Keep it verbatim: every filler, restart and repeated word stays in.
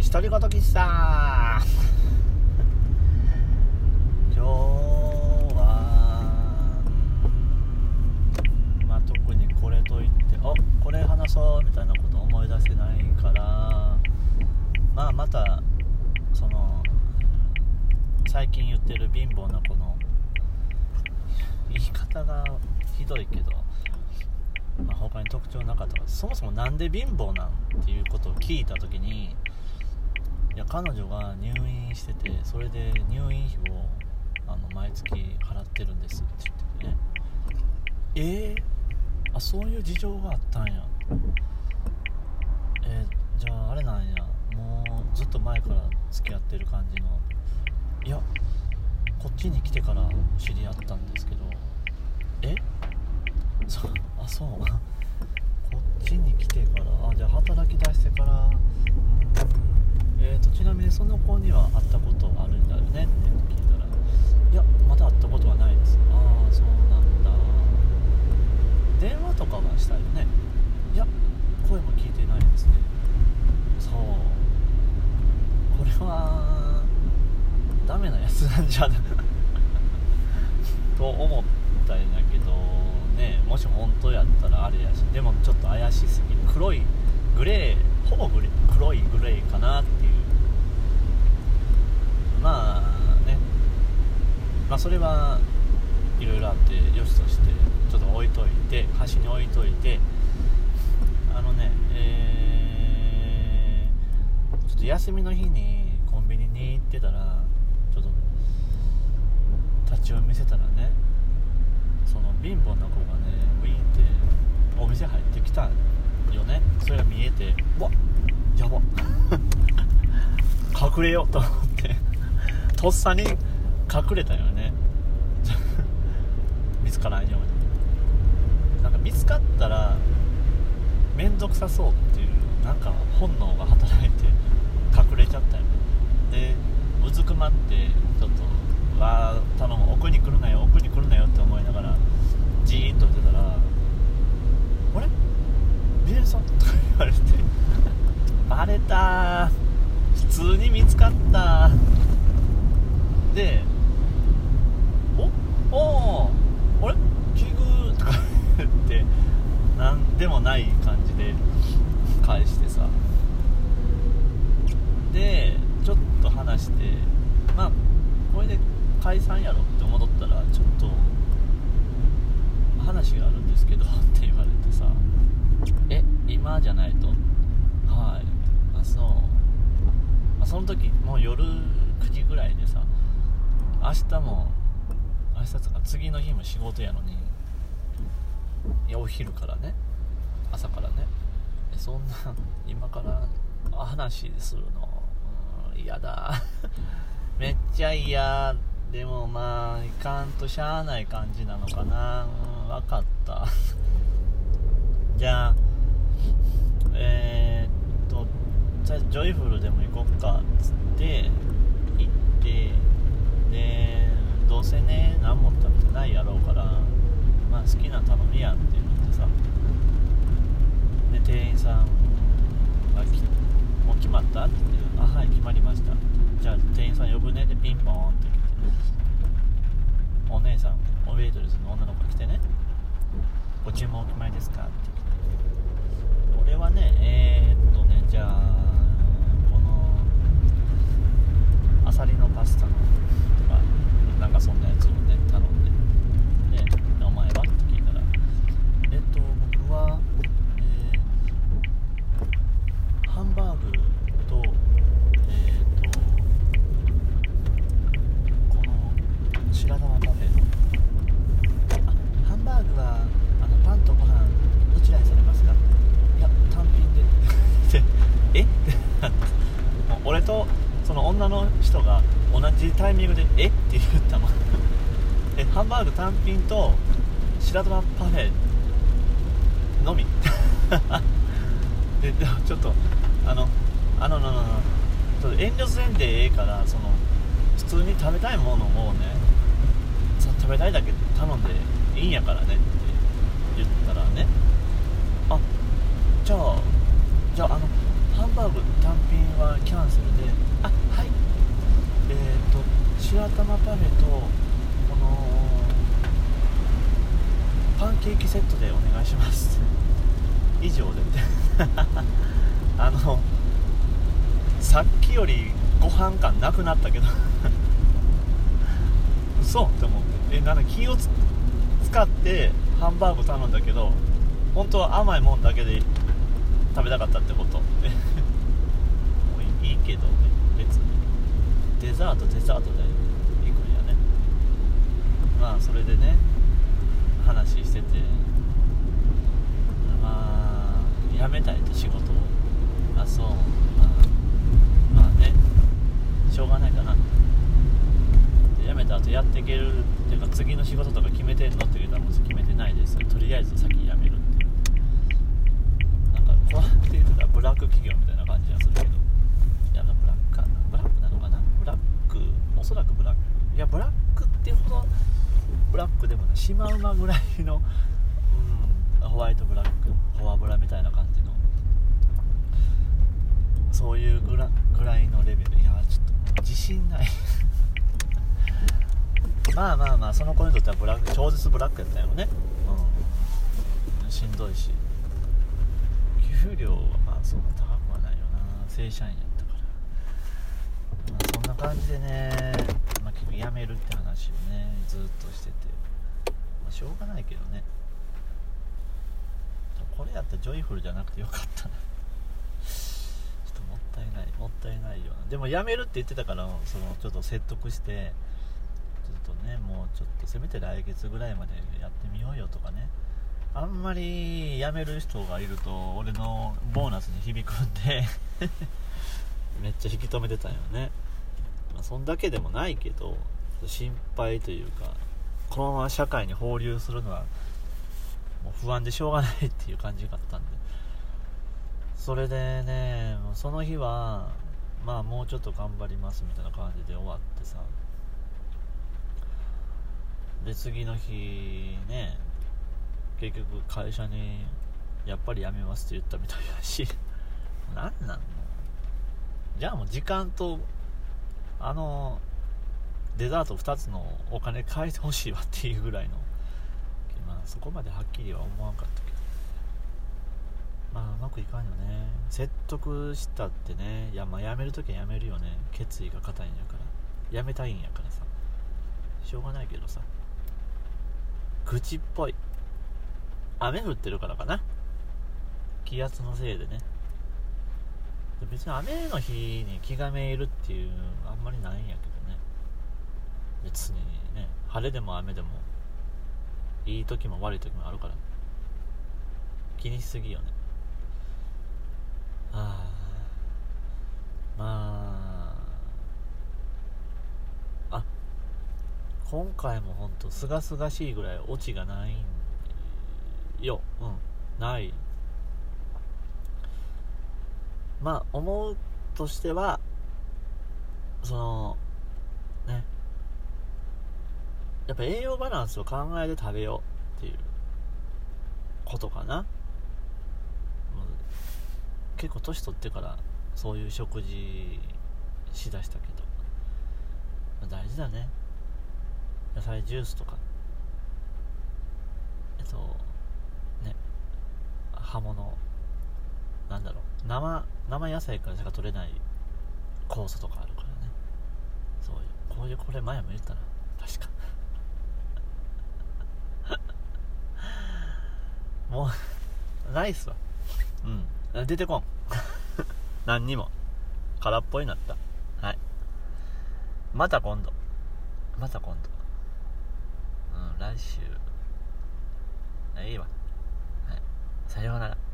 独り言喫茶今日はまあ特にこれといっておこれ話そうみたいなこと思い出せないからまあまたその最近言ってる貧乏な子の言い方がひどいけど、まあ、他に特徴なかったからそもそもなんで貧乏なんっていうことを聞いたときにいや彼女が入院しててそれで入院費をあの毎月払ってるんですって言ってねえー、あそういう事情があったんやえー、じゃああれなんやもうずっと前から付き合ってる感じのいやこっちに来てから知り合ったんですけどえそあそうこっちに来てからあじゃあ働き出してからうんえーとちなみにその子には会ったことあるんだよねって聞いたらいやまだ会ったことはないですああそうなんだ電話とかはしたよねいや声も聞いてないですねそうこれはダメなやつなんじゃないと思ったんだけどねもし本当やったらあれやしでもちょっと怪しすぎる黒いグレーほぼグレー黒いグレーかなっていうまあねまあそれはいろいろあってよしとしてちょっと置いといて端に置いといてあのねえー、ちょっと休みの日にコンビニに行ってたらちょっと立ち読み見せたらねその貧乏な子がねウィーンってお店入ってきたよねそれが見えてうわやば隠れようと思ってとっさに隠れたよね見つからんようになんか見つかったらめんどくさそうっていうなんか本能が働いて隠れちゃったよねでうずくまってちょっとわー頼む奥に来るなよ奥に来るなよって思いながらじーっと見てたらあれビエルさんとか言われてバレた普通に見つかったでおおーあれ奇遇とか言ってなんでもない感じで返してさでちょっと話してまあこれで解散やろって思ったらちょっと話があるんですけどって言われてさえ今じゃないとはいあそう、まあ、その時もう夜くじぐらいでさ明日も明日とか次の日も仕事やのにいやお昼からね朝からねそんな今から話するの嫌だめっちゃ嫌でもまあいかんとしゃあない感じなのかなうん分かったじゃあえー、っとじゃあジョイフルでも行こっかっつって行ってでどうせね何も食べてないやろうからまあ好きな頼みやって言ってさで店員さんがきもう決まったって言ってあはい決まりましたじゃあ店員さん呼ぶねでピンポーンって来てお姉さんおウェイトレスの女の子が来てねご注文お決まりですかって来て俺はねえー、っとねじゃあこのアサリのパスタのとかなんかそんなやつをね頼んででお前はって聞いたらえっと僕は、えー、ハンバーグとえー、っとこの白玉パフェあハンバーグはあのパンとご飯どちらにされますかいや単品でえって俺とその女の人が同じタイミングでえって言ったのえハンバーグ単品と白玉パフェのみででもちょっとあのあののののちょっと遠慮せんでええからその普通に食べたいものをね食べたいだけ頼んでいいんやからねって言ったらねあじゃあじゃああのハンバーグ単品はキャンセルで、あ、はいえーと白玉パフェとこのパンケーキセットでお願いします以上であのさっきよりご飯感なくなったけど嘘って思って、え、なんか気をつ使ってハンバーグ頼んだけど本当は甘いもんだけで食べたかったってこともういいけどね、別にデザートデザートで行くんやね。まあそれでね話してて、まあ辞めたいって仕事を、あ、そう、まあ、まあねしょうがないかな。辞めた後やっていけるっていうか、次の仕事とか決めてんのって言うたらもう決めてないです。とりあえず先辞めるっていう、なんかこうやって言うたらブラック企業みたいな感じがするけど、いやブラックかな、ブラックなのかな、ブラック、おそらくブラック、いやブラックっていうほどブラックでもない、シマウマぐらいの、うん、ホワイトブラック、フォアブラみたいな感じの、そういうぐら、ぐらいのレベル。いやちょっと自信ないまあまあまあその子にとってはブラック、超絶ブラックやったよね、うん、しんどいし給料はまあそんな高くはないよな、正社員やったから、まあ、そんな感じでね、まあ、結局辞めるって話をねずっとしてて、まあ、しょうがないけどね、これやったらジョイフルじゃなくてよかったなちょっともったいないもったいないよな。でも辞めるって言ってたから、そのちょっと説得して、ちょっとねもうちょっとせめて来月ぐらいまでやってみようよとかね、あんまり辞める人がいると俺のボーナスに響くんでめっちゃ引き止めてたんよね。まあそんだけでもないけど心配というか、このまま社会に放流するのはもう不安でしょうがないっていう感じがあったんで、それでねもうその日はまあもうちょっと頑張りますみたいな感じで終わってさ、で次の日ね結局会社にやっぱり辞めますって言ったみたいだしなんなんの、じゃあもう時間とあのデザートふたつのお金返してほしいわっていうぐらいの、まあそこまではっきりは思わんかったけど、まあうまくいかんよね。説得したってね、いやまあ辞めるときは辞めるよね、決意が固いんやから、辞めたいんやからさ、しょうがないけどさ、愚痴っぽい、雨降ってるからかな、気圧のせいでね。別に雨の日に気がめいるっていうあんまりないんやけどね、別にね、晴れでも雨でもいい時も悪い時もあるから気にしすぎよね。ああ、まああ今回もほんとすがすがしいぐらいオチがないんよ。うんない。まあ思うとしてはそのね、やっぱ栄養バランスを考えて食べようっていうことかな。結構年取ってからそういう食事しだしたけど、大事だね。野菜ジュースとかえっとね葉物、なんだろう、生生野菜からしか取れない酵素とかあるからね。そういうこういうこれ前も言ったな確かもうナイスわ。うん出てこん何にも空っぽになった。はい、また今度また今度うん来週いいわ。はい、さようなら。